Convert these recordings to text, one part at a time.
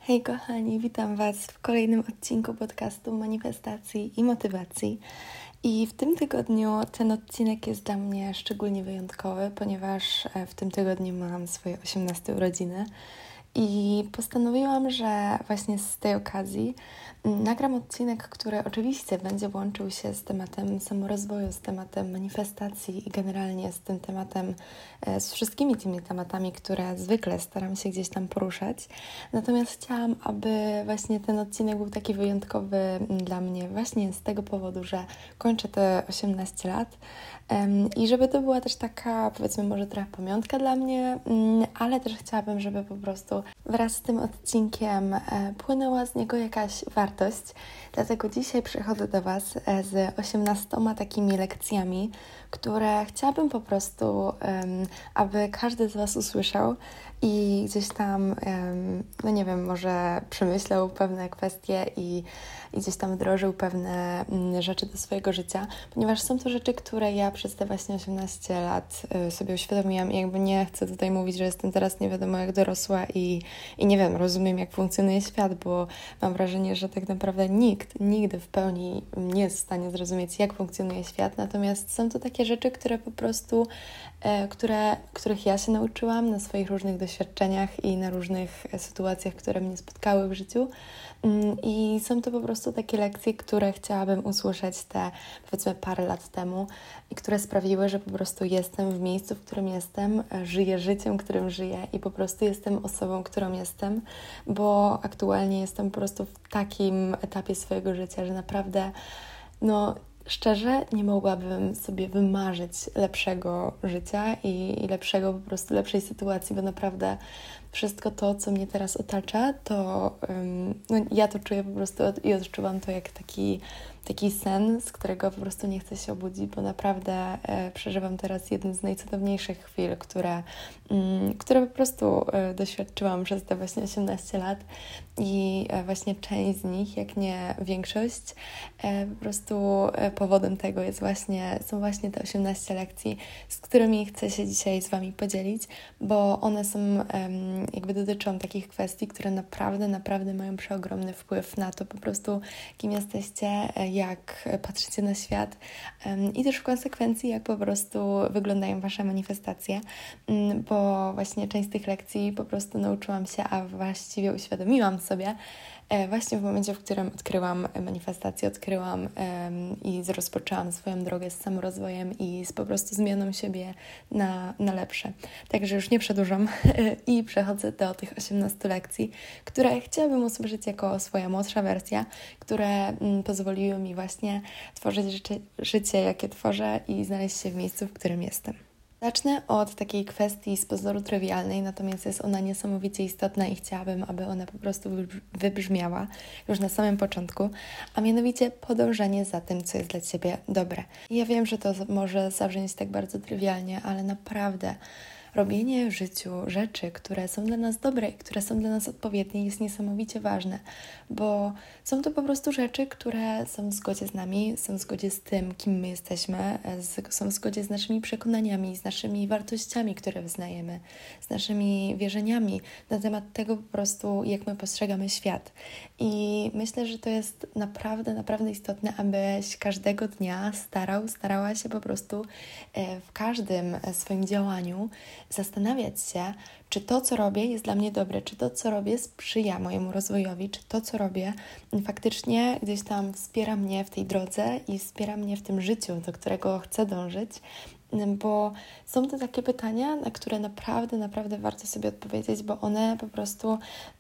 Hej kochani, witam Was w kolejnym odcinku podcastu Manifestacji i Motywacji. I w tym tygodniu ten odcinek jest dla mnie szczególnie wyjątkowy, ponieważ w tym tygodniu mam swoje 18 urodziny i postanowiłam, że właśnie z tej okazji nagram odcinek, który oczywiście będzie łączył się z tematem samorozwoju, z tematem manifestacji i generalnie z tym tematem, z wszystkimi tymi tematami, które zwykle staram się gdzieś tam poruszać. Natomiast chciałam, aby właśnie ten odcinek był taki wyjątkowy dla mnie właśnie z tego powodu, że kończę te 18 lat i żeby to była też taka, powiedzmy, może trochę pamiątka dla mnie, ale też chciałabym, żeby po prostu wraz z tym odcinkiem płynęła z niego jakaś wartość. Dlatego dzisiaj przychodzę do Was z 18 takimi lekcjami, które chciałabym po prostu, aby każdy z Was usłyszał i gdzieś tam, no nie wiem, może przemyślał pewne kwestie i gdzieś tam wdrożył pewne rzeczy do swojego życia, ponieważ są to rzeczy, które ja przez te właśnie 18 lat sobie uświadomiłam i jakby nie chcę tutaj mówić, że jestem teraz nie wiadomo jak dorosła i nie wiem, rozumiem jak funkcjonuje świat, bo mam wrażenie, że tak naprawdę nikt nigdy w pełni nie jest w stanie zrozumieć jak funkcjonuje świat, natomiast są to takie rzeczy, które po prostu, których ja się nauczyłam na swoich różnych doświadczeniach i na różnych sytuacjach, które mnie spotkały w życiu. I są to po prostu takie lekcje, które chciałabym usłyszeć te, powiedzmy, parę lat temu i które sprawiły, że po prostu jestem w miejscu, w którym jestem, żyję życiem, którym żyję i po prostu jestem osobą, którą jestem, bo aktualnie jestem po prostu w takim etapie swojego życia, że naprawdę, szczerze, nie mogłabym sobie wymarzyć lepszego życia i lepszej sytuacji, bo naprawdę wszystko to, co mnie teraz otacza, to ja to czuję po prostu i odczuwam to jak taki sen, z którego po prostu nie chcę się obudzić, bo naprawdę przeżywam teraz jeden z najcudowniejszych chwil, które po prostu doświadczyłam przez te właśnie 18 lat i właśnie część z nich, jak nie większość, po prostu powodem tego są właśnie te 18 lekcji, z którymi chcę się dzisiaj z Wami podzielić, bo one są jakby dotyczą takich kwestii, które naprawdę mają przeogromny wpływ na to po prostu, kim jesteście, jak patrzycie na świat i też w konsekwencji, jak po prostu wyglądają Wasze manifestacje, bo właśnie część z tych lekcji po prostu nauczyłam się, a właściwie uświadomiłam sobie właśnie w momencie, w którym odkryłam manifestację, i rozpoczęłam swoją drogę z samorozwojem i z po prostu zmianą siebie na lepsze. Także już nie przedłużam i przechodzę do tych 18 lekcji, które chciałabym usłyszeć jako swoja młodsza wersja, które pozwoliły mi właśnie tworzyć życie, jakie tworzę i znaleźć się w miejscu, w którym jestem. Zacznę od takiej kwestii z pozoru trywialnej, natomiast jest ona niesamowicie istotna i chciałabym, aby ona po prostu wybrzmiała już na samym początku, a mianowicie podążanie za tym, co jest dla Ciebie dobre. I ja wiem, że to może zabrzmieć tak bardzo trywialnie, ale naprawdę robienie w życiu rzeczy, które są dla nas dobre i które są dla nas odpowiednie, jest niesamowicie ważne, bo są to po prostu rzeczy, które są w zgodzie z nami, są w zgodzie z tym, kim my jesteśmy, są w zgodzie z naszymi przekonaniami, z naszymi wartościami, które wyznajemy, z naszymi wierzeniami na temat tego po prostu, jak my postrzegamy świat. I myślę, że to jest naprawdę istotne, abyś każdego dnia starała się po prostu w każdym swoim działaniu zastanawiać się, czy to, co robię, jest dla mnie dobre, czy to, co robię, sprzyja mojemu rozwojowi, czy to, co robię, faktycznie gdzieś tam wspiera mnie w tej drodze i wspiera mnie w tym życiu, do którego chcę dążyć, bo są to takie pytania, na które naprawdę warto sobie odpowiedzieć, bo one po prostu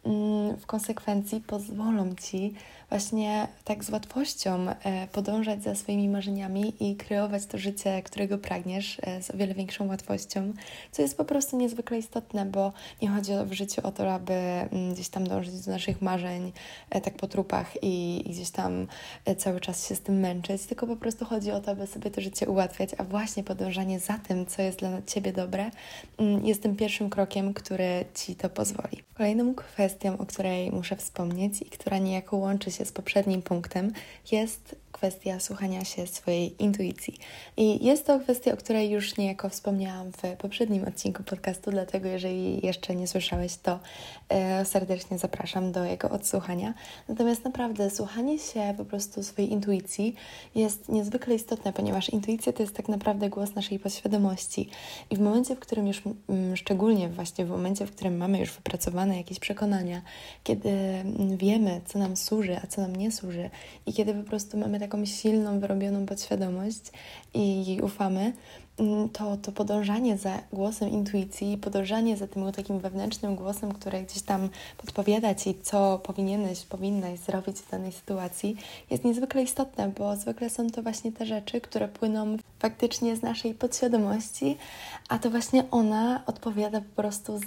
w konsekwencji pozwolą Ci właśnie tak z łatwością podążać za swoimi marzeniami i kreować to życie, którego pragniesz z o wiele większą łatwością, co jest po prostu niezwykle istotne, bo nie chodzi w życiu o to, aby gdzieś tam dążyć do naszych marzeń tak po trupach i gdzieś tam cały czas się z tym męczyć, tylko po prostu chodzi o to, aby sobie to życie ułatwiać, a właśnie podążanie za tym, co jest dla Ciebie dobre, jest tym pierwszym krokiem, który Ci to pozwoli. Kolejną kwestią, o której muszę wspomnieć i która niejako łączy się z poprzednim punktem, jest kwestia słuchania się swojej intuicji. I jest to kwestia, o której już niejako wspomniałam w poprzednim odcinku podcastu, dlatego jeżeli jeszcze nie słyszałeś, to serdecznie zapraszam do jego odsłuchania. Natomiast naprawdę słuchanie się po prostu swojej intuicji jest niezwykle istotne, ponieważ intuicja to jest tak naprawdę głos naszej podświadomości i w momencie, w którym już, szczególnie właśnie w momencie, w którym mamy już wypracowane jakieś przekonania, kiedy wiemy, co nam służy, a co nam nie służy i kiedy po prostu mamy taką silną, wyrobioną podświadomość i jej ufamy, to podążanie za głosem intuicji, podążanie za tym takim wewnętrznym głosem, który gdzieś tam podpowiada Ci, co powinnaś zrobić w danej sytuacji, jest niezwykle istotne, bo zwykle są to właśnie te rzeczy, które płyną faktycznie z naszej podświadomości, a to właśnie ona odpowiada po prostu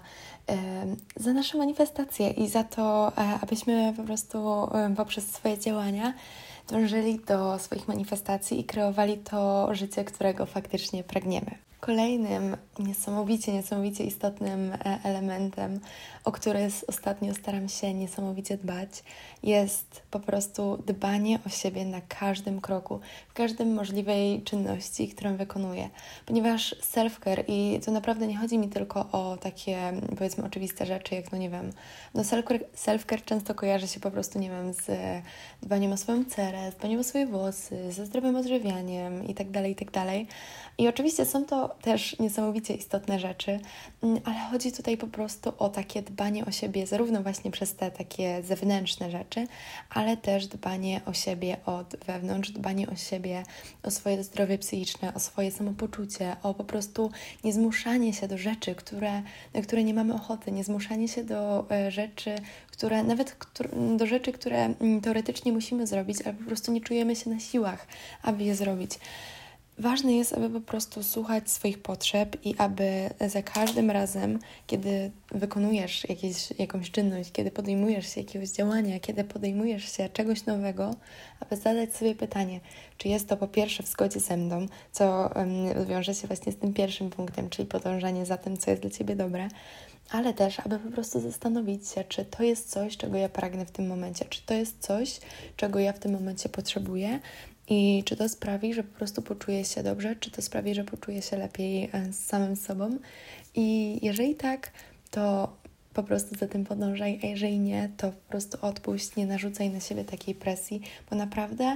za nasze manifestacje i za to, abyśmy po prostu poprzez swoje działania dążyli do swoich manifestacji i kreowali to życie, którego faktycznie pragniemy. Kolejnym niesamowicie istotnym elementem, o który ostatnio staram się niesamowicie dbać, jest po prostu dbanie o siebie na każdym kroku, w każdym możliwej czynności, którą wykonuję. Ponieważ self-care, i to naprawdę nie chodzi mi tylko o takie, powiedzmy, oczywiste rzeczy, jak self-care często kojarzy się po prostu, z dbaniem o swoją cerę, z dbaniem o swoje włosy, ze zdrowym odżywianiem itd. I oczywiście są to też niesamowicie istotne rzeczy, ale chodzi tutaj po prostu o takie dbanie o siebie, zarówno właśnie przez te takie zewnętrzne rzeczy, ale też dbanie o siebie od wewnątrz, dbanie o siebie, o swoje zdrowie psychiczne, o swoje samopoczucie, o po prostu niezmuszanie się do rzeczy, na które nie mamy ochoty, niezmuszanie się do rzeczy, do rzeczy, które teoretycznie musimy zrobić, ale po prostu nie czujemy się na siłach, aby je zrobić. Ważne jest, aby po prostu słuchać swoich potrzeb i aby za każdym razem, kiedy wykonujesz jakąś czynność, kiedy podejmujesz się jakiegoś działania, kiedy podejmujesz się czegoś nowego, aby zadać sobie pytanie, czy jest to po pierwsze w zgodzie ze mną, co wiąże się właśnie z tym pierwszym punktem, czyli podążanie za tym, co jest dla Ciebie dobre, ale też, aby po prostu zastanowić się, czy to jest coś, czego ja pragnę w tym momencie, czy to jest coś, czego ja w tym momencie potrzebuję i czy to sprawi, że po prostu poczuję się dobrze, czy to sprawi, że poczuję się lepiej z samym sobą. I jeżeli tak, to po prostu za tym podążaj, a jeżeli nie, to po prostu odpuść, nie narzucaj na siebie takiej presji, bo naprawdę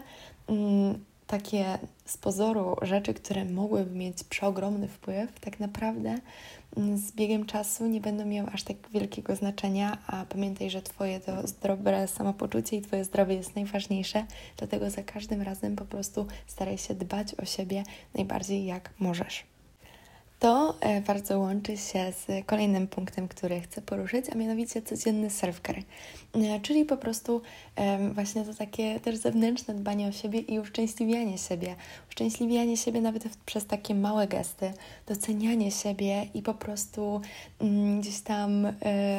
takie z pozoru rzeczy, które mogłyby mieć przeogromny wpływ, tak naprawdę z biegiem czasu nie będą miały aż tak wielkiego znaczenia, a pamiętaj, że Twoje to dobre samopoczucie i Twoje zdrowie jest najważniejsze, dlatego za każdym razem po prostu staraj się dbać o siebie najbardziej jak możesz. To bardzo łączy się z kolejnym punktem, który chcę poruszyć, a mianowicie codzienny self-care, czyli po prostu właśnie to takie też zewnętrzne dbanie o siebie i uszczęśliwianie siebie. Uszczęśliwianie siebie nawet przez takie małe gesty, docenianie siebie i po prostu gdzieś tam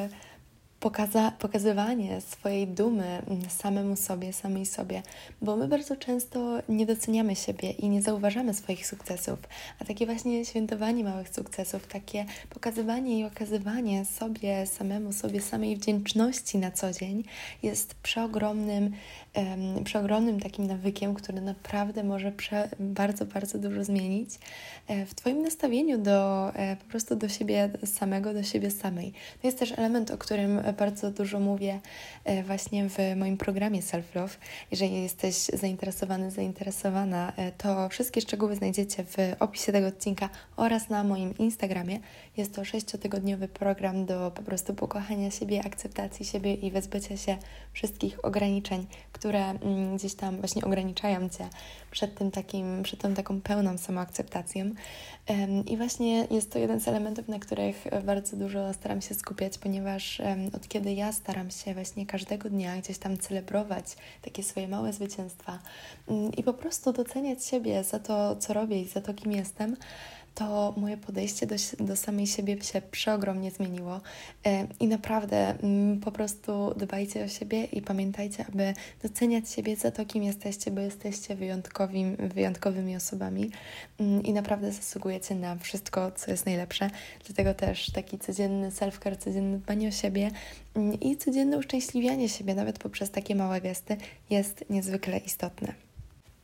pokazywanie swojej dumy samej sobie, bo my bardzo często nie doceniamy siebie i nie zauważamy swoich sukcesów, a takie właśnie świętowanie małych sukcesów, takie pokazywanie i okazywanie sobie samej wdzięczności na co dzień jest przeogromnym takim nawykiem, który naprawdę może bardzo, bardzo dużo zmienić w Twoim nastawieniu po prostu do siebie samego, do siebie samej. To jest też element, o którym bardzo dużo mówię właśnie w moim programie Self-Love. Jeżeli jesteś zainteresowana, to wszystkie szczegóły znajdziecie w opisie tego odcinka oraz na moim Instagramie. Jest to 6-tygodniowy program do po prostu pokochania siebie, akceptacji siebie i wyzbycia się wszystkich ograniczeń, które gdzieś tam właśnie ograniczają Cię przed tą taką pełną samoakceptacją. I właśnie jest to jeden z elementów, na których bardzo dużo staram się skupiać, ponieważ od kiedy ja staram się właśnie każdego dnia gdzieś tam celebrować takie swoje małe zwycięstwa i po prostu doceniać siebie za to, co robię i za to, kim jestem, to moje podejście do samej siebie się przeogromnie zmieniło i naprawdę po prostu dbajcie o siebie i pamiętajcie, aby doceniać siebie za to, kim jesteście, bo jesteście wyjątkowymi osobami i naprawdę zasługujecie na wszystko, co jest najlepsze. Dlatego też taki codzienny self-care, codzienne dbanie o siebie i codzienne uszczęśliwianie siebie, nawet poprzez takie małe gesty, jest niezwykle istotne.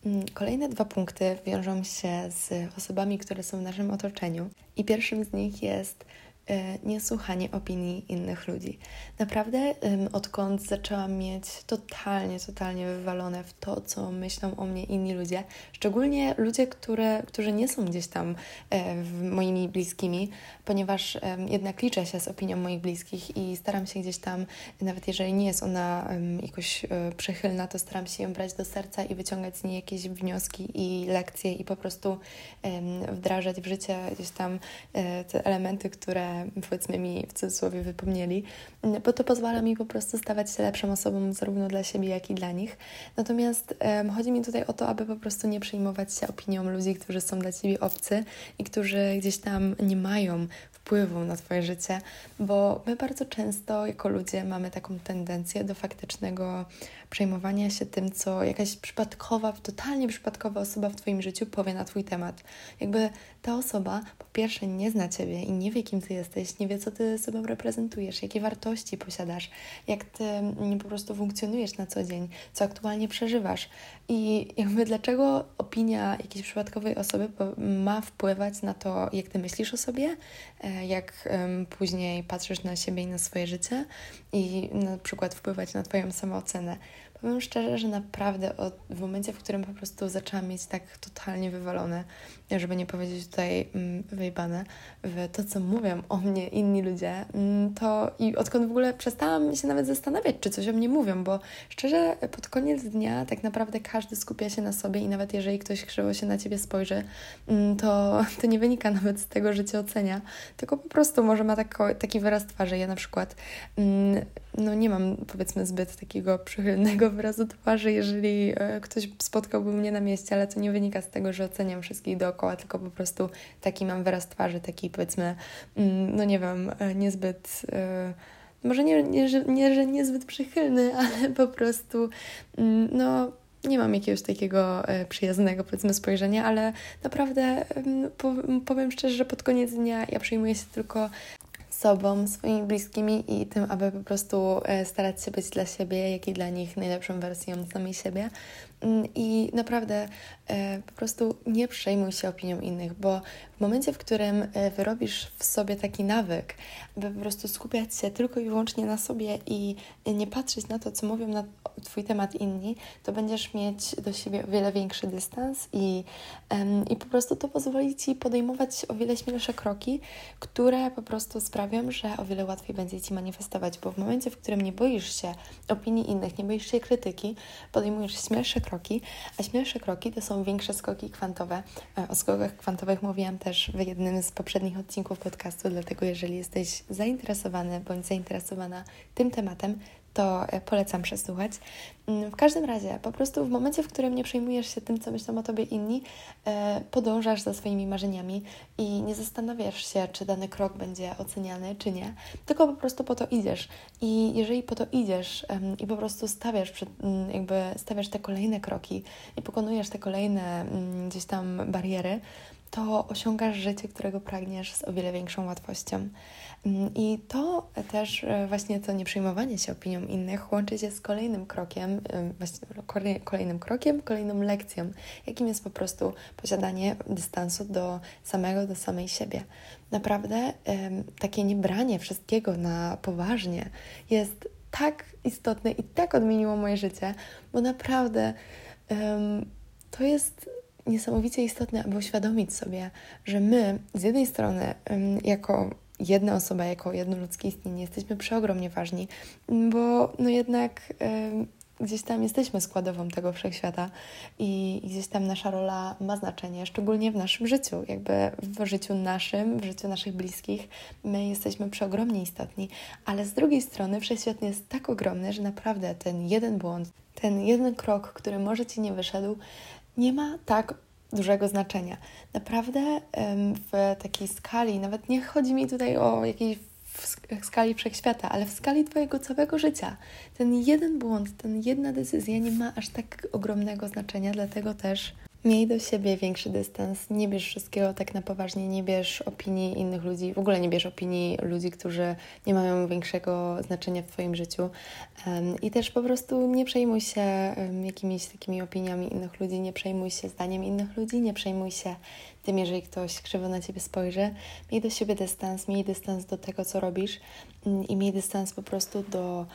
Kolejne 2 punkty wiążą się z osobami, które są w naszym otoczeniu i pierwszym z nich jest niesłuchanie opinii innych ludzi. Naprawdę odkąd zaczęłam mieć totalnie wywalone w to, co myślą o mnie inni ludzie, szczególnie ludzie, którzy nie są gdzieś tam moimi bliskimi, ponieważ jednak liczę się z opinią moich bliskich i staram się gdzieś tam, nawet jeżeli nie jest ona jakoś przychylna, to staram się ją brać do serca i wyciągać z niej jakieś wnioski i lekcje i po prostu wdrażać w życie gdzieś tam te elementy, które powiedzmy mi w cudzysłowie wypomnieli, bo to pozwala mi po prostu stawać się lepszą osobą zarówno dla siebie, jak i dla nich. Natomiast chodzi mi tutaj o to, aby po prostu nie przejmować się opinią ludzi, którzy są dla Ciebie obcy i którzy gdzieś tam nie mają wpływu na Twoje życie, bo my bardzo często jako ludzie mamy taką tendencję do faktycznego przejmowania się tym, co jakaś totalnie przypadkowa osoba w Twoim życiu powie na Twój temat. Jakby ta osoba po pierwsze nie zna Ciebie i nie wie, kim Ty jesteś, nie wie, co Ty sobą reprezentujesz, jakie wartości posiadasz, jak Ty po prostu funkcjonujesz na co dzień, co aktualnie przeżywasz. I jakby dlaczego opinia jakiejś przypadkowej osoby ma wpływać na to, jak Ty myślisz o sobie, jak później patrzysz na siebie i na swoje życie i na przykład wpływać na Twoją samoocenę. Powiem szczerze, że naprawdę w momencie, w którym po prostu zaczęłam mieć tak totalnie wywalone, żeby nie powiedzieć tutaj wyjebane, w to, co mówią o mnie inni ludzie, to i odkąd w ogóle przestałam się nawet zastanawiać, czy coś o mnie mówią, bo szczerze pod koniec dnia tak naprawdę każdy skupia się na sobie i nawet jeżeli ktoś krzywo się na Ciebie spojrzy, to nie wynika nawet z tego, że Cię ocenia, tylko po prostu może ma taki wyraz twarzy. Ja na przykład nie mam powiedzmy zbyt takiego przychylnego wyrazu twarzy, jeżeli ktoś spotkałby mnie na mieście, ale to nie wynika z tego, że oceniam wszystkich dookoła, tylko po prostu taki mam wyraz twarzy, taki powiedzmy, niezbyt, może że niezbyt przychylny, ale po prostu, nie mam jakiegoś takiego przyjaznego, powiedzmy, spojrzenia, ale naprawdę powiem szczerze, że pod koniec dnia ja przejmuję się tylko sobą, swoimi bliskimi i tym, aby po prostu starać się być dla siebie, jak i dla nich najlepszą wersją samej siebie. I naprawdę po prostu nie przejmuj się opinią innych, bo w momencie, w którym wyrobisz w sobie taki nawyk, by po prostu skupiać się tylko i wyłącznie na sobie i nie patrzeć na to, co mówią na Twój temat inni, to będziesz mieć do siebie o wiele większy dystans i po prostu to pozwoli Ci podejmować o wiele śmielsze kroki, które po prostu sprawią, że o wiele łatwiej będzie Ci manifestować, bo w momencie, w którym nie boisz się opinii innych, nie boisz się krytyki, podejmujesz śmielsze kroki, a śmielsze kroki to są większe skoki kwantowe. O skokach kwantowych mówiłam też w jednym z poprzednich odcinków podcastu, dlatego jeżeli jesteś zainteresowany bądź zainteresowana tym tematem, to polecam przesłuchać. W każdym razie, po prostu w momencie, w którym nie przejmujesz się tym, co myślą o Tobie inni, podążasz za swoimi marzeniami i nie zastanawiasz się, czy dany krok będzie oceniany, czy nie, tylko po prostu po to idziesz. I jeżeli po to idziesz i po prostu stawiasz te kolejne kroki i pokonujesz te kolejne gdzieś tam bariery, to osiągasz życie, którego pragniesz z o wiele większą łatwością. I to też właśnie to nieprzejmowanie się opinią innych łączy się z kolejnym krokiem, kolejną lekcją, jakim jest po prostu posiadanie dystansu do samej siebie. Naprawdę takie niebranie wszystkiego na poważnie jest tak istotne i tak odmieniło moje życie, bo naprawdę to jest niesamowicie istotne, aby uświadomić sobie, że my z jednej strony jako jedna osoba, jako jedno ludzkie istnienie jesteśmy przeogromnie ważni, bo jednak gdzieś tam jesteśmy składową tego wszechświata i gdzieś tam nasza rola ma znaczenie, szczególnie w naszym życiu, jakby w życiu naszym, w życiu naszych bliskich, my jesteśmy przeogromnie istotni, ale z drugiej strony wszechświat jest tak ogromny, że naprawdę ten jeden błąd, ten jeden krok, który może Ci nie wyszedł, nie ma tak dużego znaczenia. Naprawdę w takiej skali, nawet nie chodzi mi tutaj o jakiejś skali wszechświata, ale w skali Twojego całego życia. Ten jeden błąd, jedna decyzja nie ma aż tak ogromnego znaczenia, dlatego też Miej do siebie większy dystans, nie bierz wszystkiego tak na poważnie, nie bierz opinii innych ludzi, w ogóle nie bierz opinii ludzi, którzy nie mają większego znaczenia w Twoim życiu. I też po prostu nie przejmuj się jakimiś takimi opiniami innych ludzi, nie przejmuj się zdaniem innych ludzi, nie przejmuj się tym, jeżeli ktoś krzywo na Ciebie spojrzy. Miej do siebie dystans, miej dystans do tego, co robisz i miej dystans po prostu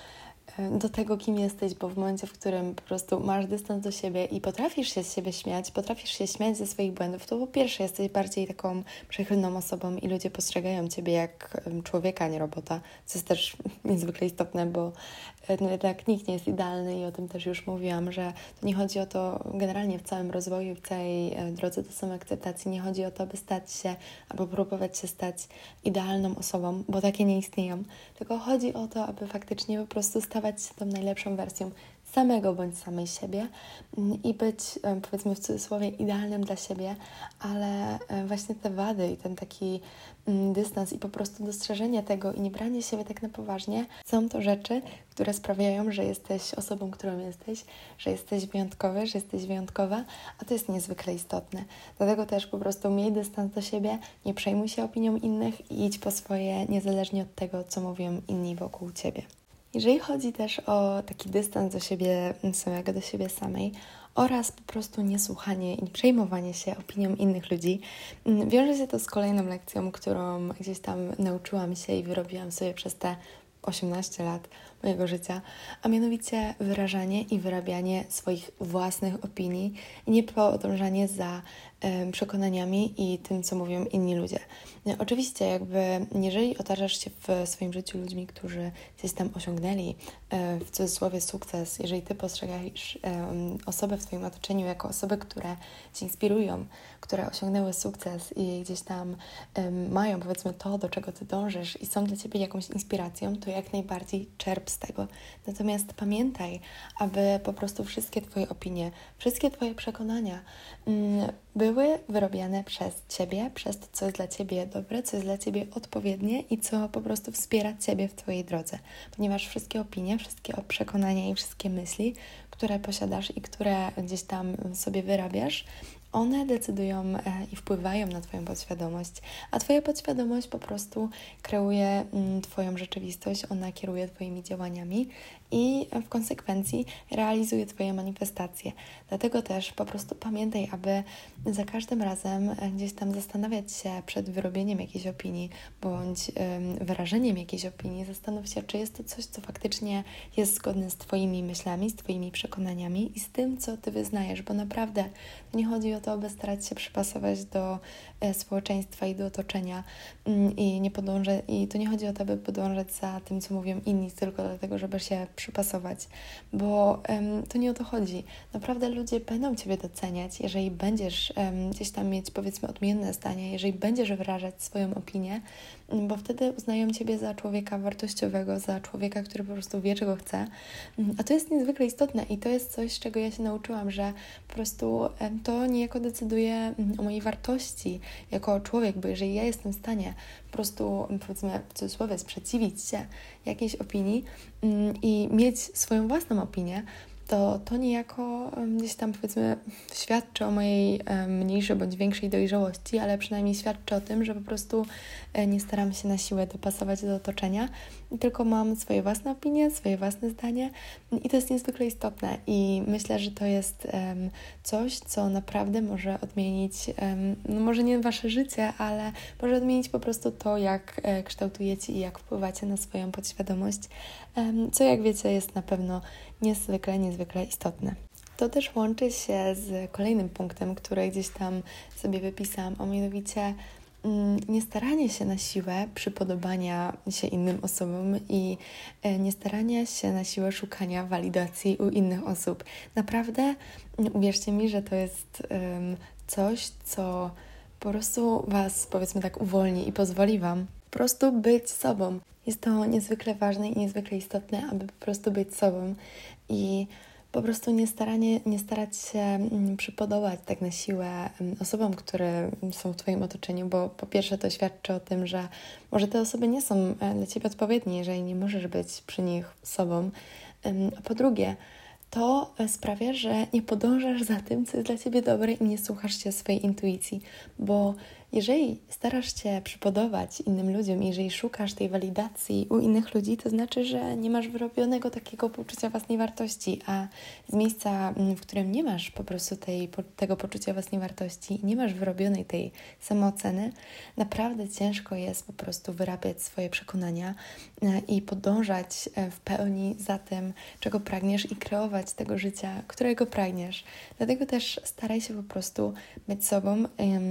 do tego, kim jesteś, bo w momencie, w którym po prostu masz dystans do siebie i potrafisz się z siebie śmiać, potrafisz się śmiać ze swoich błędów, to po pierwsze jesteś bardziej taką przychylną osobą i ludzie postrzegają Ciebie jak człowieka, a nie robota, co jest też niezwykle istotne, bo no jednak nikt nie jest idealny i o tym też już mówiłam, że to nie chodzi o to generalnie w całym rozwoju, w całej drodze do samoakceptacji, nie chodzi o to, by stać się albo próbować się stać idealną osobą, bo takie nie istnieją, tylko chodzi o to, aby faktycznie po prostu stawać się tą najlepszą wersją samego bądź samej siebie i być, powiedzmy w cudzysłowie, idealnym dla siebie, ale właśnie te wady i ten taki dystans i po prostu dostrzeżenie tego i nie branie siebie tak na poważnie są to rzeczy, które sprawiają, że jesteś osobą, którą jesteś, że jesteś wyjątkowy, że jesteś wyjątkowa, a to jest niezwykle istotne. Dlatego też po prostu miej dystans do siebie, nie przejmuj się opinią innych i idź po swoje, niezależnie od tego, co mówią inni wokół Ciebie. Jeżeli chodzi też o taki dystans do siebie samego, do siebie samej oraz po prostu niesłuchanie i przejmowanie się opinią innych ludzi, wiąże się to z kolejną lekcją, którą gdzieś tam nauczyłam się i wyrobiłam sobie przez te 18 lat mojego życia, a mianowicie wyrażanie i wyrabianie swoich własnych opinii i nie podążanie za przekonaniami i tym, co mówią inni ludzie. Oczywiście jeżeli otaczasz się w swoim życiu ludźmi, którzy gdzieś tam osiągnęli w cudzysłowie sukces, jeżeli Ty postrzegasz osobę w Twoim otoczeniu jako osoby, które Cię inspirują, które osiągnęły sukces i gdzieś tam mają, powiedzmy, to, do czego Ty dążysz i są dla Ciebie jakąś inspiracją, to jak najbardziej czerp z tego. Natomiast pamiętaj, aby po prostu wszystkie Twoje opinie, wszystkie Twoje przekonania były wyrobione przez Ciebie, przez to, co jest dla Ciebie dobre, co jest dla Ciebie odpowiednie i co po prostu wspiera Ciebie w Twojej drodze. Ponieważ wszystkie opinie, wszystkie przekonania i wszystkie myśli, które posiadasz i które gdzieś tam sobie wyrabiasz, one decydują i wpływają na Twoją podświadomość, a Twoja podświadomość po prostu kreuje Twoją rzeczywistość, ona kieruje Twoimi działaniami i w konsekwencji realizuje Twoje manifestacje. Dlatego też po prostu pamiętaj, aby za każdym razem gdzieś tam zastanawiać się przed wyrobieniem jakiejś opinii bądź wyrażeniem jakiejś opinii. Zastanów się, czy jest to coś, co faktycznie jest zgodne z Twoimi myślami, z Twoimi przekonaniami i z tym, co Ty wyznajesz, bo naprawdę nie chodzi o to, aby starać się przypasować do społeczeństwa i do otoczenia i to nie chodzi o to, aby podążać za tym, co mówią inni, tylko dlatego, żeby się przypasować, bo to nie o to chodzi. Naprawdę ludzie będą Ciebie doceniać, jeżeli będziesz gdzieś tam mieć, powiedzmy, odmienne zdanie, jeżeli będziesz wyrażać swoją opinię, bo wtedy uznają Ciebie za człowieka wartościowego, za człowieka, który po prostu wie, czego chce. A to jest niezwykle istotne i to jest coś, czego ja się nauczyłam, że po prostu to niejako decyduje o mojej wartości jako człowiek, bo jeżeli ja jestem w stanie po prostu, powiedzmy, w cudzysłowie, sprzeciwić się jakiejś opinii i mieć swoją własną opinię, to niejako gdzieś tam, powiedzmy, świadczy o mojej mniejszej bądź większej dojrzałości, ale przynajmniej świadczy o tym, że po prostu nie staram się na siłę dopasować do otoczenia, tylko mam swoje własne opinie, swoje własne zdanie i to jest niezwykle istotne i myślę, że to jest coś, co naprawdę może odmienić, no może nie Wasze życie, ale może odmienić po prostu to, jak kształtujecie i jak wpływacie na swoją podświadomość, co jak wiecie jest na pewno niezwykle istotne. To też łączy się z kolejnym punktem, który gdzieś tam sobie wypisałam, a mianowicie nie staranie się na siłę przypodobania się innym osobom i nie starania się na siłę szukania walidacji u innych osób. Naprawdę uwierzcie mi, że to jest coś, co po prostu Was, powiedzmy tak, uwolni i pozwoli Wam po prostu być sobą. Jest to niezwykle ważne i niezwykle istotne, aby po prostu być sobą i po prostu nie starać się przypodobać tak na siłę osobom, które są w Twoim otoczeniu, bo po pierwsze to świadczy o tym, że może te osoby nie są dla Ciebie odpowiednie, jeżeli nie możesz być przy nich sobą, a po drugie to sprawia, że nie podążasz za tym, co jest dla Ciebie dobre i nie słuchasz się swojej intuicji, bo jeżeli starasz się przypodobać innym ludziom, jeżeli szukasz tej walidacji u innych ludzi, to znaczy, że nie masz wyrobionego takiego poczucia własnej wartości, a z miejsca, w którym nie masz po prostu tego poczucia własnej wartości, nie masz wyrobionej tej samooceny, naprawdę ciężko jest po prostu wyrabiać swoje przekonania i podążać w pełni za tym, czego pragniesz i kreować tego życia, którego pragniesz. Dlatego też staraj się po prostu być sobą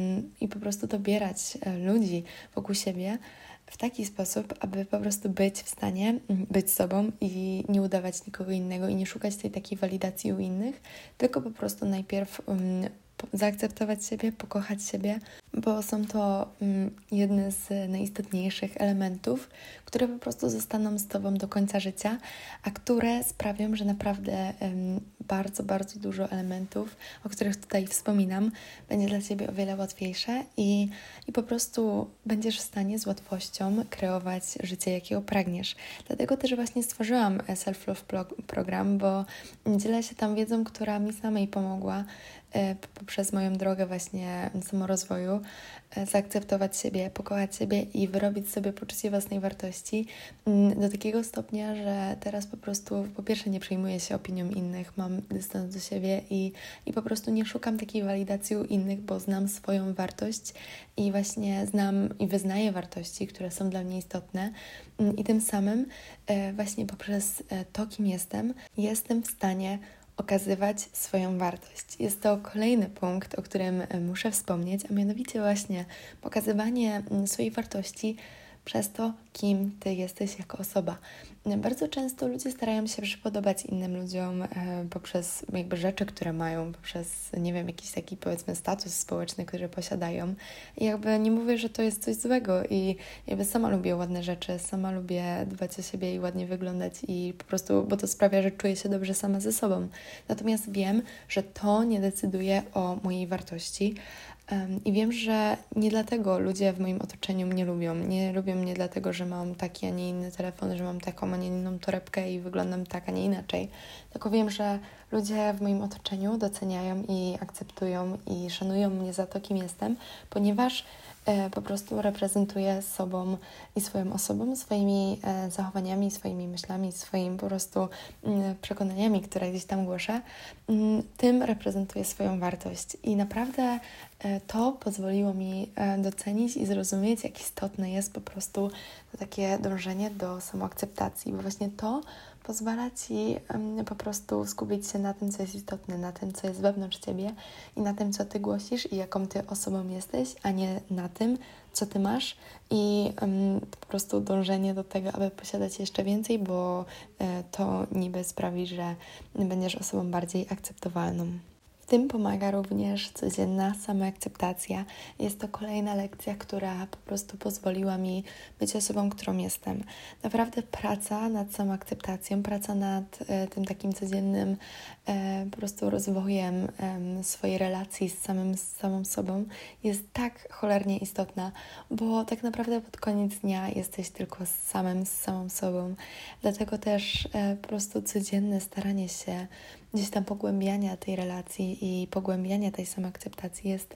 i po prostu dobierać ludzi wokół siebie w taki sposób, aby po prostu być w stanie być sobą i nie udawać nikogo innego i nie szukać tej takiej walidacji u innych, tylko po prostu najpierw zaakceptować siebie, pokochać siebie, bo są to jedne z najistotniejszych elementów, które po prostu zostaną z Tobą do końca życia, a które sprawią, że naprawdę bardzo, bardzo dużo elementów, o których tutaj wspominam, będzie dla Ciebie o wiele łatwiejsze i po prostu będziesz w stanie z łatwością kreować życie, jakiego pragniesz. Dlatego też właśnie stworzyłam Self-Love Program, bo dzielę się tam wiedzą, która mi samej pomogła poprzez moją drogę właśnie samorozwoju, zaakceptować siebie, pokochać siebie i wyrobić sobie poczucie własnej wartości do takiego stopnia, że teraz po prostu po pierwsze nie przejmuję się opinią innych, mam dystans do siebie i po prostu nie szukam takiej walidacji u innych, bo znam swoją wartość i właśnie znam i wyznaję wartości, które są dla mnie istotne i tym samym właśnie poprzez to, kim jestem w stanie okazywać swoją wartość. Jest to kolejny punkt, o którym muszę wspomnieć, a mianowicie właśnie pokazywanie swojej wartości przez to, kim Ty jesteś jako osoba. Bardzo często ludzie starają się przypodobać innym ludziom poprzez jakby rzeczy, które mają, poprzez, nie wiem, jakiś taki powiedzmy status społeczny, który posiadają. I jakby nie mówię, że to jest coś złego i jakby sama lubię ładne rzeczy, sama lubię dbać o siebie i ładnie wyglądać i po prostu, bo to sprawia, że czuję się dobrze sama ze sobą. Natomiast wiem, że to nie decyduje o mojej wartości, i wiem, że nie dlatego ludzie w moim otoczeniu mnie lubią. Nie lubią mnie dlatego, że mam taki, a nie inny telefon, że mam taką, a nie inną torebkę i wyglądam tak, a nie inaczej. Tylko wiem, że ludzie w moim otoczeniu doceniają i akceptują i szanują mnie za to, kim jestem, ponieważ po prostu reprezentuję sobą i swoją osobą, swoimi zachowaniami, swoimi myślami, swoimi po prostu przekonaniami, które gdzieś tam głoszę, tym reprezentuję swoją wartość. I naprawdę to pozwoliło mi docenić i zrozumieć, jak istotne jest po prostu to takie dążenie do samoakceptacji, bo właśnie to pozwala Ci po prostu skupić się na tym, co jest istotne, na tym, co jest wewnątrz Ciebie i na tym, co Ty głosisz i jaką Ty osobą jesteś, a nie na tym, co Ty masz i po prostu dążenie do tego, aby posiadać jeszcze więcej, bo to niby sprawi, że będziesz osobą bardziej akceptowalną. W tym pomaga również codzienna samoakceptacja. Jest to kolejna lekcja, która po prostu pozwoliła mi być osobą, którą jestem. Naprawdę praca nad samoakceptacją, praca nad tym takim codziennym po prostu rozwojem swojej relacji z samą sobą jest tak cholernie istotna, bo tak naprawdę pod koniec dnia jesteś tylko z samą sobą. Dlatego też po prostu codzienne staranie się gdzieś tam pogłębiania tej relacji i pogłębiania tej samoakceptacji jest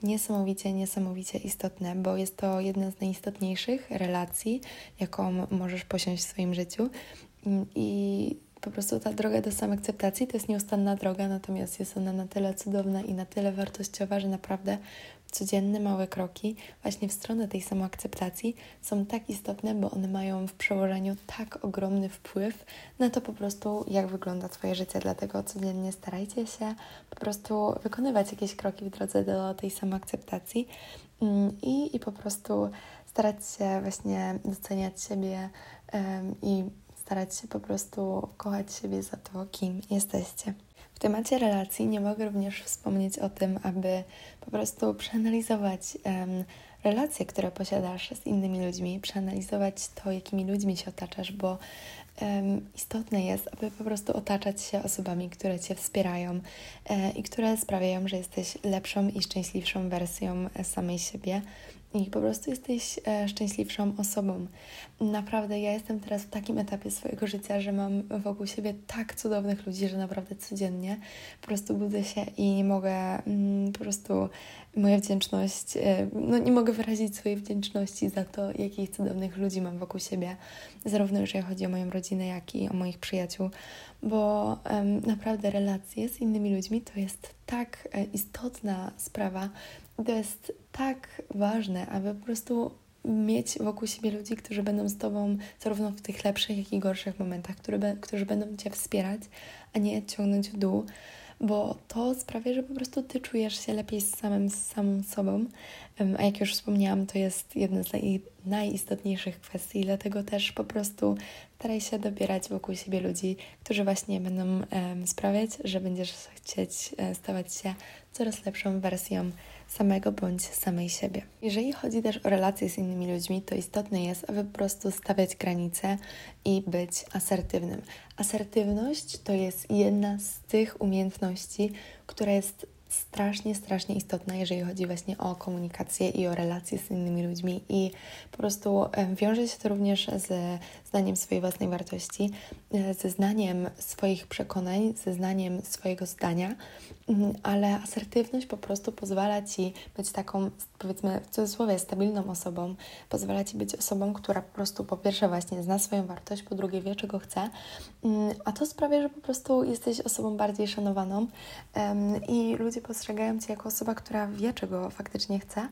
niesamowicie istotne, bo jest to jedna z najistotniejszych relacji, jaką możesz posiąść w swoim życiu i po prostu ta droga do samoakceptacji to jest nieustanna droga, natomiast jest ona na tyle cudowna i na tyle wartościowa, że naprawdę codzienne małe kroki właśnie w stronę tej samoakceptacji są tak istotne, bo one mają w przełożeniu tak ogromny wpływ na to po prostu, jak wygląda Twoje życie. Dlatego codziennie starajcie się po prostu wykonywać jakieś kroki w drodze do tej samoakceptacji i po prostu starać się właśnie doceniać siebie i starać się po prostu kochać siebie za to, kim jesteście. W temacie relacji nie mogę również wspomnieć o tym, aby po prostu przeanalizować relacje, które posiadasz z innymi ludźmi, przeanalizować to, jakimi ludźmi się otaczasz, bo istotne jest, aby po prostu otaczać się osobami, które Cię wspierają i które sprawiają, że jesteś lepszą i szczęśliwszą wersją samej siebie i po prostu jesteś szczęśliwszą osobą. Naprawdę, ja jestem teraz w takim etapie swojego życia, że mam wokół siebie tak cudownych ludzi, że naprawdę codziennie po prostu budzę się i nie mogę po prostu moja wdzięczność, nie mogę wyrazić swojej wdzięczności za to, jakich cudownych ludzi mam wokół siebie, zarówno jeżeli chodzi o moją rodzinę, jak i o moich przyjaciół, bo naprawdę relacje z innymi ludźmi to jest tak istotna sprawa, to jest tak ważne, aby po prostu mieć wokół siebie ludzi, którzy będą z Tobą zarówno w tych lepszych, jak i gorszych momentach, którzy będą Cię wspierać, a nie ciągnąć w dół, bo to sprawia, że po prostu Ty czujesz się lepiej z samą sobą, a jak już wspomniałam, to jest jedna z najistotniejszych kwestii, dlatego też po prostu staraj się dobierać wokół siebie ludzi, którzy właśnie będą sprawiać, że będziesz chcieć stawać się coraz lepszą wersją samego bądź samej siebie. Jeżeli chodzi też o relacje z innymi ludźmi, to istotne jest, aby po prostu stawiać granice i być asertywnym. Asertywność to jest jedna z tych umiejętności, która jest strasznie istotna, jeżeli chodzi właśnie o komunikację i o relacje z innymi ludźmi i po prostu wiąże się to również ze znaniem swojej własnej wartości, ze znaniem swoich przekonań, ze znaniem swojego zdania, ale asertywność po prostu pozwala Ci być taką, powiedzmy w cudzysłowie, stabilną osobą, pozwala Ci być osobą, która po prostu po pierwsze właśnie zna swoją wartość, po drugie wie, czego chce, a to sprawia, że po prostu jesteś osobą bardziej szanowaną i ludzie postrzegają Cię jako osoba, która wie, czego faktycznie chce,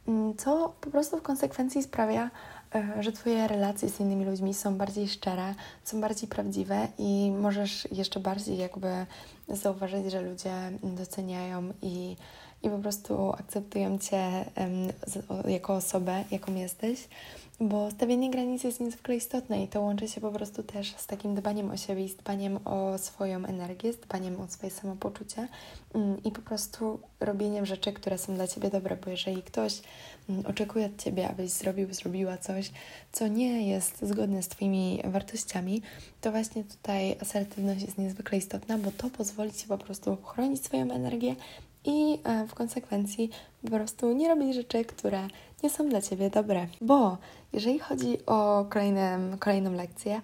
co po prostu w konsekwencji sprawia, że Twoje relacje z innymi ludźmi są bardziej szczere, są bardziej prawdziwe i możesz jeszcze bardziej jakby zauważyć, że ludzie doceniają i po prostu akceptują Cię jako osobę, jaką jesteś, bo stawianie granic jest niezwykle istotne i to łączy się po prostu też z takim dbaniem o siebie i z dbaniem o swoją energię, z dbaniem o swoje samopoczucie i po prostu robieniem rzeczy, które są dla Ciebie dobre, bo jeżeli ktoś oczekuje od Ciebie, abyś zrobiła coś, co nie jest zgodne z Twoimi wartościami, to właśnie tutaj asertywność jest niezwykle istotna, bo to pozwoli Ci po prostu chronić swoją energię i w konsekwencji po prostu nie robić rzeczy, które nie są dla Ciebie dobre. Bo jeżeli chodzi o kolejną lekcję,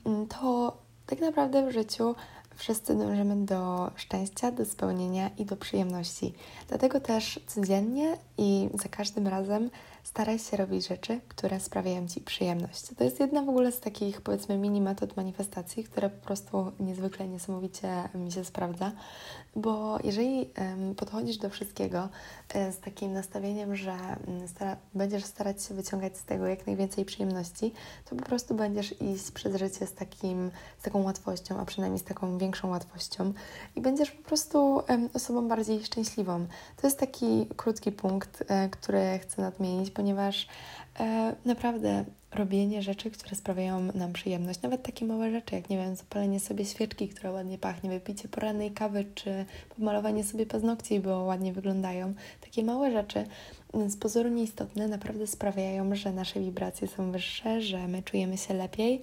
to tak naprawdę w życiu wszyscy dążymy do szczęścia, do spełnienia i do przyjemności. Dlatego też codziennie i za każdym razem staraj się robić rzeczy, które sprawiają Ci przyjemność. To jest jedna w ogóle z takich, powiedzmy, mini metod manifestacji, które po prostu niezwykle, niesamowicie mi się sprawdza, bo jeżeli podchodzisz do wszystkiego z takim nastawieniem, że będziesz starać się wyciągać z tego jak najwięcej przyjemności, to po prostu będziesz iść przez życie z taką łatwością, a przynajmniej z taką większą łatwością i będziesz po prostu osobą bardziej szczęśliwą. To jest taki krótki punkt, który chcę nadmienić, ponieważ naprawdę robienie rzeczy, które sprawiają nam przyjemność, nawet takie małe rzeczy, jak nie wiem, zapalenie sobie świeczki, która ładnie pachnie, wypicie porannej kawy, czy pomalowanie sobie paznokci, bo ładnie wyglądają. Takie małe rzeczy z pozoru nieistotne naprawdę sprawiają, że nasze wibracje są wyższe, że my czujemy się lepiej,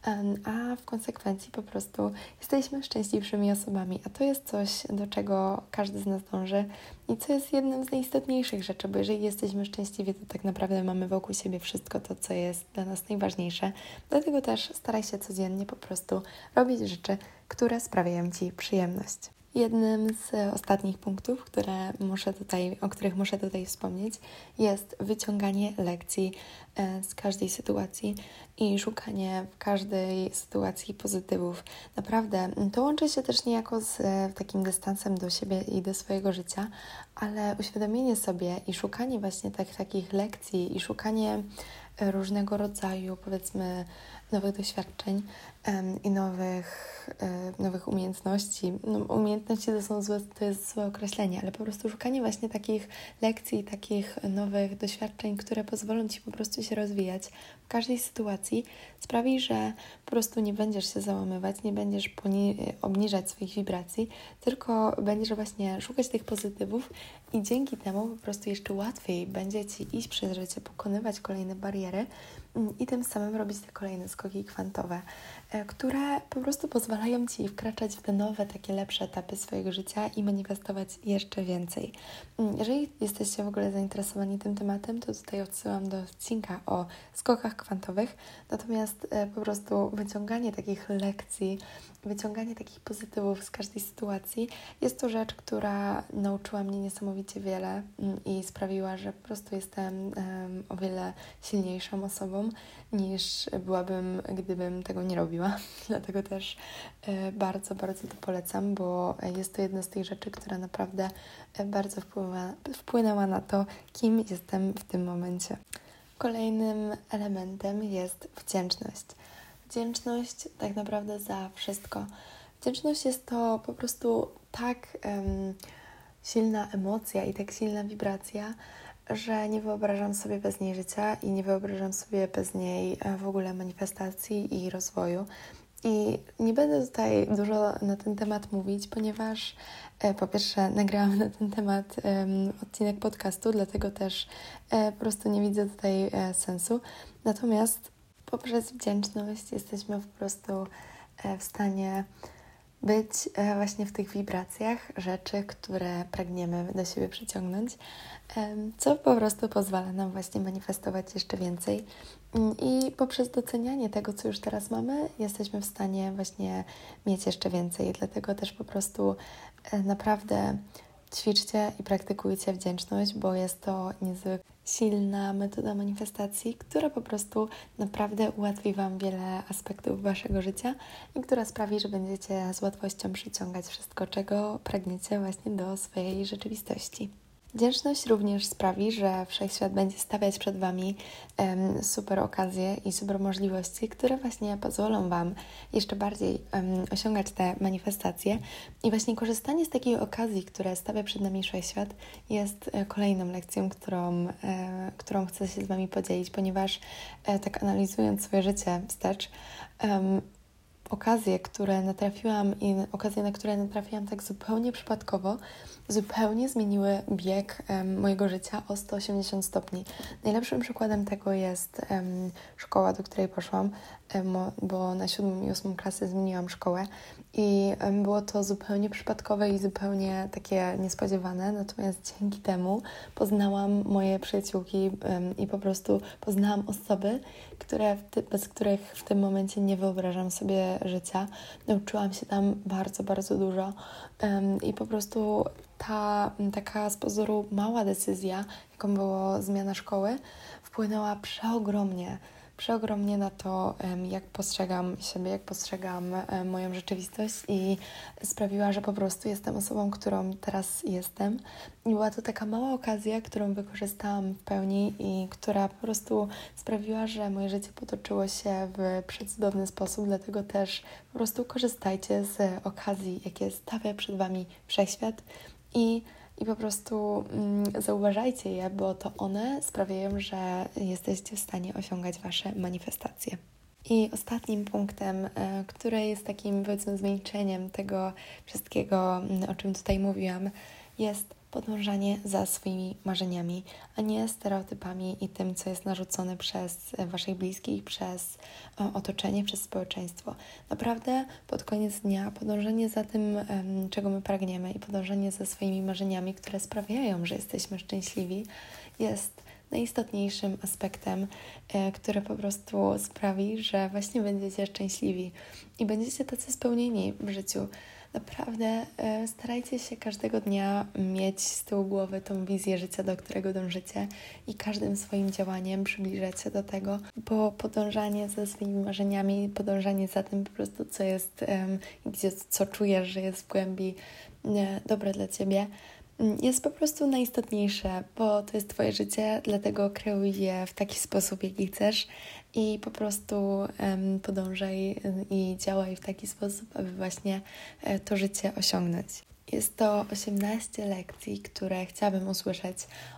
a w konsekwencji po prostu jesteśmy szczęśliwszymi osobami, a to jest coś, do czego każdy z nas dąży i co jest jednym z najistotniejszych rzeczy, bo jeżeli jesteśmy szczęśliwi, to tak naprawdę mamy wokół siebie wszystko to, co jest dla nas najważniejsze. Dlatego też staraj się codziennie po prostu robić rzeczy, które sprawiają Ci przyjemność. Jednym z ostatnich punktów, o których muszę tutaj wspomnieć, jest wyciąganie lekcji z każdej sytuacji i szukanie w każdej sytuacji pozytywów. Naprawdę, to łączy się też niejako z takim dystansem do siebie i do swojego życia, ale uświadomienie sobie i szukanie właśnie takich lekcji i szukanie różnego rodzaju, powiedzmy, nowych doświadczeń i nowych umiejętności. Umiejętności to jest złe określenie, ale po prostu szukanie właśnie takich lekcji, takich nowych doświadczeń, które pozwolą Ci po prostu się rozwijać w każdej sytuacji, sprawi, że po prostu nie będziesz się załamywać, nie będziesz obniżać swoich wibracji, tylko będziesz właśnie szukać tych pozytywów i dzięki temu po prostu jeszcze łatwiej będzie Ci iść przez życie, pokonywać kolejne bariery i tym samym robić te kolejne skoki kwantowe. które po prostu pozwalają Ci wkraczać w te nowe, takie lepsze etapy swojego życia i manifestować jeszcze więcej. Jeżeli jesteście w ogóle zainteresowani tym tematem, to tutaj odsyłam do odcinka o skokach kwantowych, natomiast po prostu wyciąganie takich lekcji, wyciąganie takich pozytywów z każdej sytuacji jest to rzecz, która nauczyła mnie niesamowicie wiele i sprawiła, że po prostu jestem o wiele silniejszą osobą niż byłabym, gdybym tego nie robiła. Dlatego też bardzo, bardzo to polecam, bo jest to jedna z tych rzeczy, która naprawdę bardzo wpłynęła na to, kim jestem w tym momencie. Kolejnym elementem jest wdzięczność. Wdzięczność tak naprawdę za wszystko. Wdzięczność jest to po prostu tak silna emocja i tak silna wibracja, że nie wyobrażam sobie bez niej życia i nie wyobrażam sobie bez niej w ogóle manifestacji i rozwoju. I nie będę tutaj dużo na ten temat mówić, ponieważ po pierwsze nagrałam na ten temat odcinek podcastu, dlatego też po prostu nie widzę tutaj sensu. Natomiast poprzez wdzięczność jesteśmy po prostu w stanie być właśnie w tych wibracjach rzeczy, które pragniemy do siebie przyciągnąć, co po prostu pozwala nam właśnie manifestować jeszcze więcej. I poprzez docenianie tego, co już teraz mamy, jesteśmy w stanie właśnie mieć jeszcze więcej. Dlatego też po prostu naprawdę ćwiczcie i praktykujcie wdzięczność, bo jest to niezwykle silna metoda manifestacji, która po prostu naprawdę ułatwi Wam wiele aspektów Waszego życia i która sprawi, że będziecie z łatwością przyciągać wszystko, czego pragniecie właśnie do swojej rzeczywistości. Wdzięczność również sprawi, że Wszechświat będzie stawiać przed Wami super okazje i super możliwości, które właśnie pozwolą Wam jeszcze bardziej osiągać te manifestacje. I właśnie korzystanie z takiej okazji, które stawia przed nami Wszechświat, jest kolejną lekcją, którą chcę się z Wami podzielić, ponieważ tak analizując swoje życie wstecz, okazje, na które natrafiłam tak zupełnie przypadkowo, zupełnie zmieniły bieg mojego życia o 180 stopni. Najlepszym przykładem tego jest szkoła, do której poszłam, bo na 7. i 8. klasy zmieniłam szkołę i było to zupełnie przypadkowe i zupełnie takie niespodziewane, natomiast dzięki temu poznałam moje przyjaciółki i po prostu poznałam osoby, bez których w tym momencie nie wyobrażam sobie życia. Nauczyłam się tam bardzo, bardzo dużo i po prostu ta taka z pozoru mała decyzja, jaką było zmiana szkoły, wpłynęła przeogromnie na to, jak postrzegam siebie, jak postrzegam moją rzeczywistość i sprawiła, że po prostu jestem osobą, którą teraz jestem. I była to taka mała okazja, którą wykorzystałam w pełni i która po prostu sprawiła, że moje życie potoczyło się w przecudowny sposób, dlatego też po prostu korzystajcie z okazji, jakie stawia przed Wami Wszechświat i po prostu zauważajcie je, bo to one sprawiają, że jesteście w stanie osiągać Wasze manifestacje. I ostatnim punktem, który jest takim, powiedzmy, zwieńczeniem tego wszystkiego, o czym tutaj mówiłam, jest podążanie za swoimi marzeniami, a nie stereotypami i tym, co jest narzucone przez Waszych bliskich, przez otoczenie, przez społeczeństwo. Naprawdę pod koniec dnia podążanie za tym, czego my pragniemy i podążanie za swoimi marzeniami, które sprawiają, że jesteśmy szczęśliwi, jest najistotniejszym aspektem, który po prostu sprawi, że właśnie będziecie szczęśliwi i będziecie tacy spełnieni w życiu. Naprawdę starajcie się każdego dnia mieć z tyłu głowy tą wizję życia, do którego dążycie i każdym swoim działaniem przybliżać się do tego, bo podążanie za swoimi marzeniami, podążanie za tym po prostu, co jest, co czujesz, że jest w głębi dobre dla Ciebie, jest po prostu najistotniejsze, bo to jest Twoje życie, dlatego kreuj je w taki sposób, jaki chcesz i po prostu podążaj i działaj w taki sposób, aby właśnie to życie osiągnąć. Jest to 18 lekcji, które chciałabym usłyszeć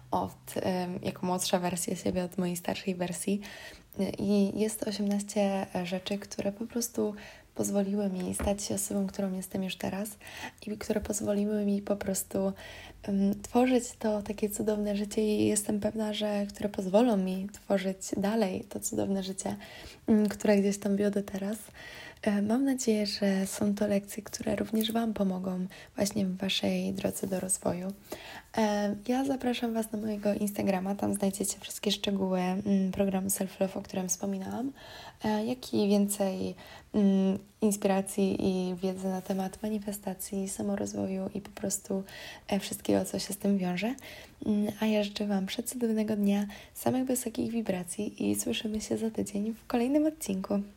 jako młodsza wersja siebie od mojej starszej wersji i jest to 18 rzeczy, które po prostu pozwoliły mi stać się osobą, którą jestem już teraz i które pozwoliły mi po prostu tworzyć to takie cudowne życie i jestem pewna, że które pozwolą mi tworzyć dalej to cudowne życie, które gdzieś tam wiodę teraz. Mam nadzieję, że są to lekcje, które również Wam pomogą właśnie w Waszej drodze do rozwoju. Ja zapraszam Was na mojego Instagrama, tam znajdziecie wszystkie szczegóły programu Self-Love, o którym wspominałam, jak i więcej inspiracji i wiedzy na temat manifestacji, samorozwoju i po prostu wszystkiego, co się z tym wiąże. A ja życzę Wam przecudownego dnia, samych wysokich wibracji i słyszymy się za tydzień w kolejnym odcinku.